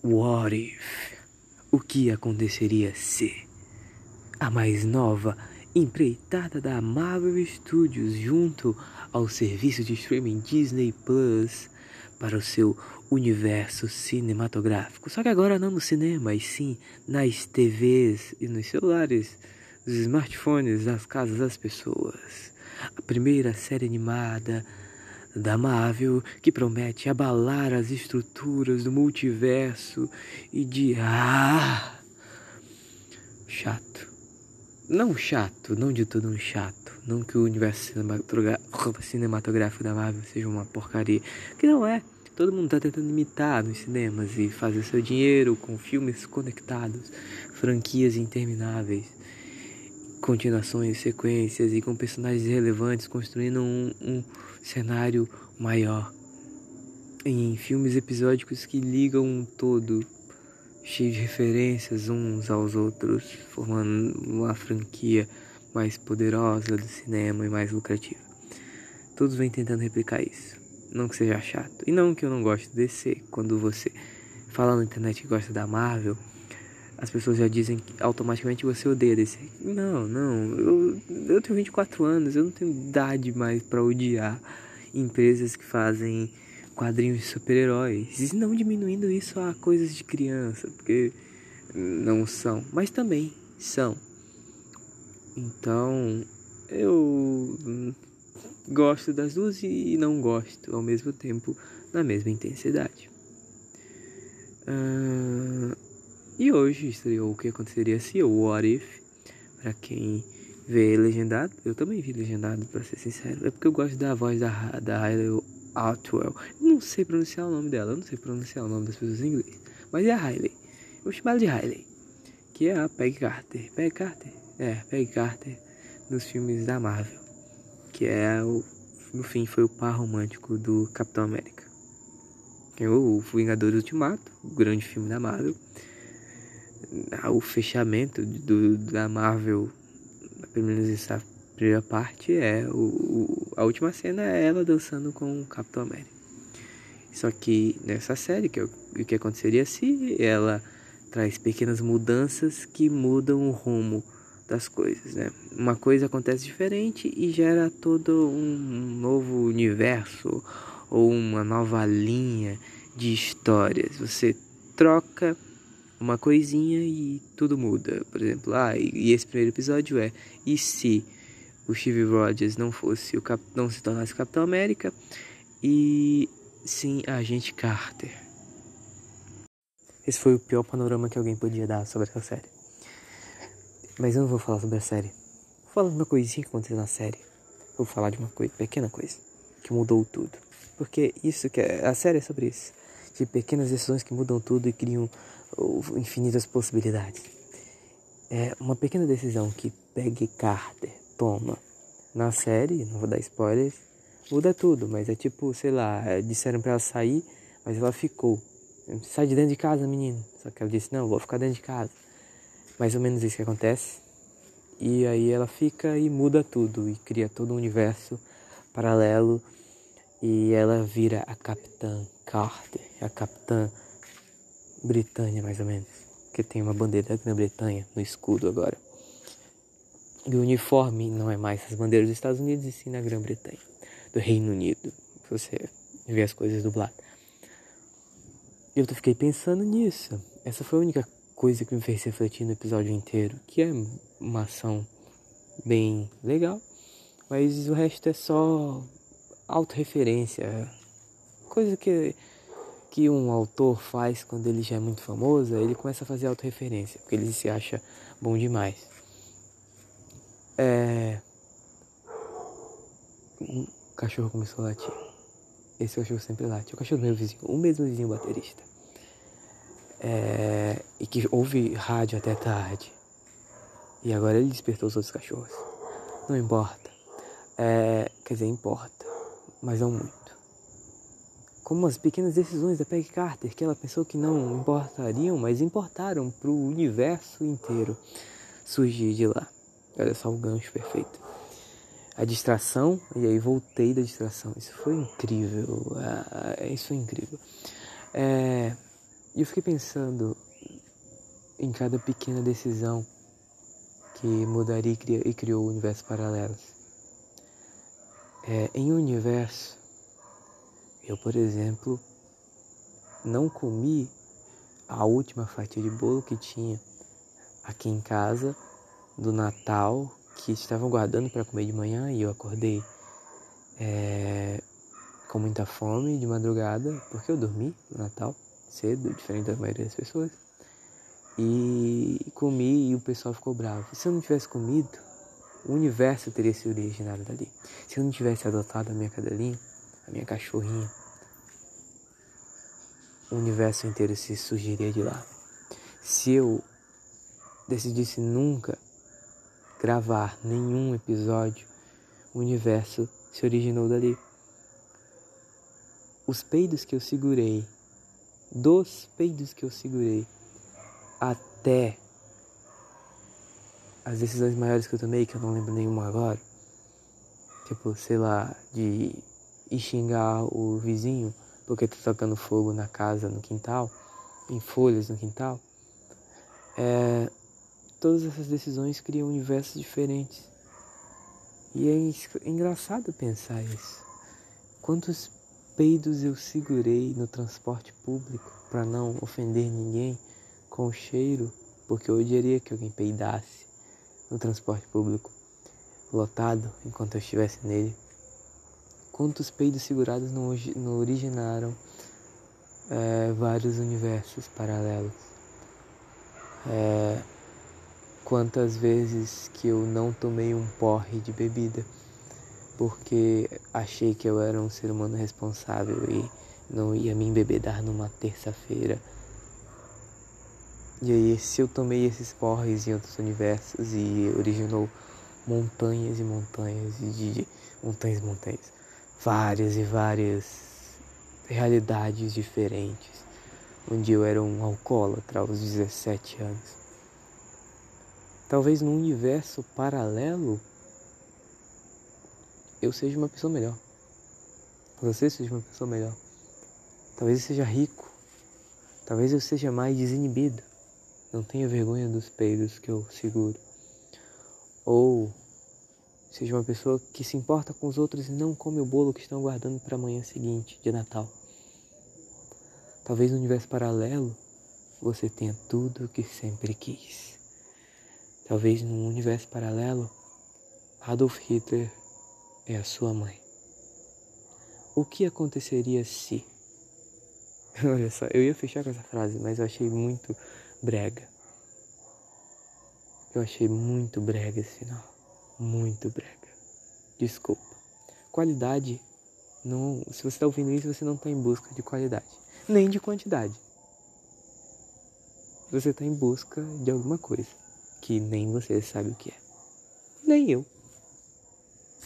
What if? O que aconteceria se a mais nova empreitada da Marvel Studios junto ao serviço de streaming Disney Plus para o seu universo cinematográfico? Só que agora não no cinema, e sim nas TVs e nos celulares, nos smartphones das casas das pessoas. A primeira série animada da Marvel que promete abalar as estruturas do multiverso e de chato. Não chato, não de todo um chato. Não que o universo cinematográfico da Marvel seja uma porcaria. Que não é. Todo mundo tá tentando imitar nos cinemas e fazer seu dinheiro com filmes conectados, franquias intermináveis, continuações, sequências e com personagens relevantes, construindo um cenário maior. Em filmes episódicos que ligam um todo, cheio de referências uns aos outros, formando uma franquia mais poderosa do cinema e mais lucrativa. Todos vêm tentando replicar isso. Não que seja chato. E não que eu não goste de DC. Quando você fala na internet que gosta da Marvel, as pessoas já dizem que automaticamente você odeia DC. Não. Eu tenho 24 anos, eu não tenho idade mais pra odiar empresas que fazem quadrinhos de super-heróis. E não diminuindo isso a coisas de criança, porque não são, mas também são. Então, eu gosto das duas e não gosto ao mesmo tempo, na mesma intensidade. E hoje estreou O que aconteceria se, ou What If, pra quem vê legendado. Eu também vi legendado, pra ser sincero. É porque eu gosto da voz da Hayley Atwell. Eu não sei pronunciar o nome dela, eu não sei pronunciar o nome das pessoas em inglês, mas é a Hayley. Eu vou chamar ela de Hayley, que é a Peggy Carter. Peggy Carter nos filmes da Marvel, que é no fim foi o par romântico do Capitão América. O Vingadores Ultimato, o grande filme da Marvel. O fechamento da Marvel, pelo menos essa primeira parte, a última cena é ela dançando com o Capitão América. Só que nessa série, o que aconteceria se ela traz pequenas mudanças que mudam o rumo das coisas, né? Uma coisa acontece diferente e gera todo um novo universo ou uma nova linha de histórias. Você troca uma coisinha e tudo muda. Por exemplo, e esse primeiro episódio e se o Steve Rogers não se tornasse o Capitão América e sim a Agente Carter. Esse foi o pior panorama que alguém podia dar sobre essa série. Mas eu não vou falar sobre a série. Vou falar de uma coisinha que aconteceu na série. Vou falar de uma pequena coisa que mudou tudo. Porque a série é sobre isso. De pequenas decisões que mudam tudo e criam infinitas possibilidades. É uma pequena decisão que Peggy Carter toma na série, não vou dar spoilers, muda tudo, mas é tipo, sei lá, disseram pra ela sair, mas ela ficou. Sai de dentro de casa, menino. Só que ela disse, não, vou ficar dentro de casa. Mais ou menos isso que acontece. E aí ela fica e muda tudo e cria todo um universo paralelo. E ela vira a Capitã Carter, a Capitã Britânia, mais ou menos. Que tem uma bandeira da Grã-Bretanha no escudo agora. E o uniforme não é mais as bandeiras dos Estados Unidos, e sim na Grã-Bretanha, do Reino Unido. Você vê as coisas dubladas. Eu fiquei pensando nisso. Essa foi a única coisa que me fez refletir no episódio inteiro. Que é uma ação bem legal. Mas o resto é só autorreferência. Coisa que um autor faz quando ele já é muito famoso. Ele começa a fazer autorreferência. Porque ele se acha bom demais. O cachorro começou a latir. Esse cachorro sempre late. É o cachorro do meu vizinho. O mesmo vizinho baterista. E que ouve rádio até tarde. E agora ele despertou os outros cachorros. Não importa. Quer dizer, importa. Mas não muito. Como as pequenas decisões da Peggy Carter, que ela pensou que não importariam, mas importaram pro universo inteiro surgir de lá. Olha só o gancho perfeito. A distração, e aí voltei da distração. Isso foi incrível. Isso foi incrível. E eu fiquei pensando em cada pequena decisão que mudaria e criou universos paralelos. Em um universo, eu, por exemplo, não comi a última fatia de bolo que tinha aqui em casa do Natal, que estavam guardando para comer de manhã, e eu acordei com muita fome de madrugada, porque eu dormi no Natal cedo, diferente da maioria das pessoas, e comi e o pessoal ficou bravo. Se eu não tivesse comido, o universo teria se originado dali. Se eu não tivesse adotado a minha cadelinha, a minha cachorrinha, o universo inteiro se surgiria de lá. Se eu decidisse nunca gravar nenhum episódio, o universo se originou dali. Os peidos que eu segurei, dos peidos que eu segurei, até as decisões maiores que eu tomei, que eu não lembro nenhuma agora, tipo, sei lá, de ir xingar o vizinho porque tá tocando fogo na casa, no quintal, em folhas no quintal, todas essas decisões criam universos diferentes. E é engraçado pensar isso. Quantos peidos eu segurei no transporte público para não ofender ninguém com o cheiro, porque eu odiaria que alguém peidasse no transporte público lotado enquanto eu estivesse nele. Quantos peidos segurados não originaram vários universos paralelos. Quantas vezes que eu não tomei um porre de bebida porque achei que eu era um ser humano responsável e não ia me embebedar numa terça-feira. E aí, se eu tomei esses porres em outros universos e originou montanhas e montanhas de montanhas, várias e várias realidades diferentes, onde eu era um alcoólatra aos 17 anos. Talvez num universo paralelo eu seja uma pessoa melhor. Você seja uma pessoa melhor. Talvez eu seja rico. Talvez eu seja mais desinibido. Não tenha vergonha dos peidos que eu seguro. Ou seja uma pessoa que se importa com os outros e não come o bolo que estão guardando para a manhã seguinte, de Natal. Talvez no universo paralelo você tenha tudo o que sempre quis. Talvez num universo paralelo Adolf Hitler é a sua mãe. O que aconteceria se... Olha só, eu ia fechar com essa frase, mas eu achei muito brega. Eu achei muito brega esse final. Muito brega. Desculpa. Qualidade, não... Se você está ouvindo isso, você não está em busca de qualidade. Nem de quantidade. Você está em busca de alguma coisa que nem você sabe o que é. Nem eu.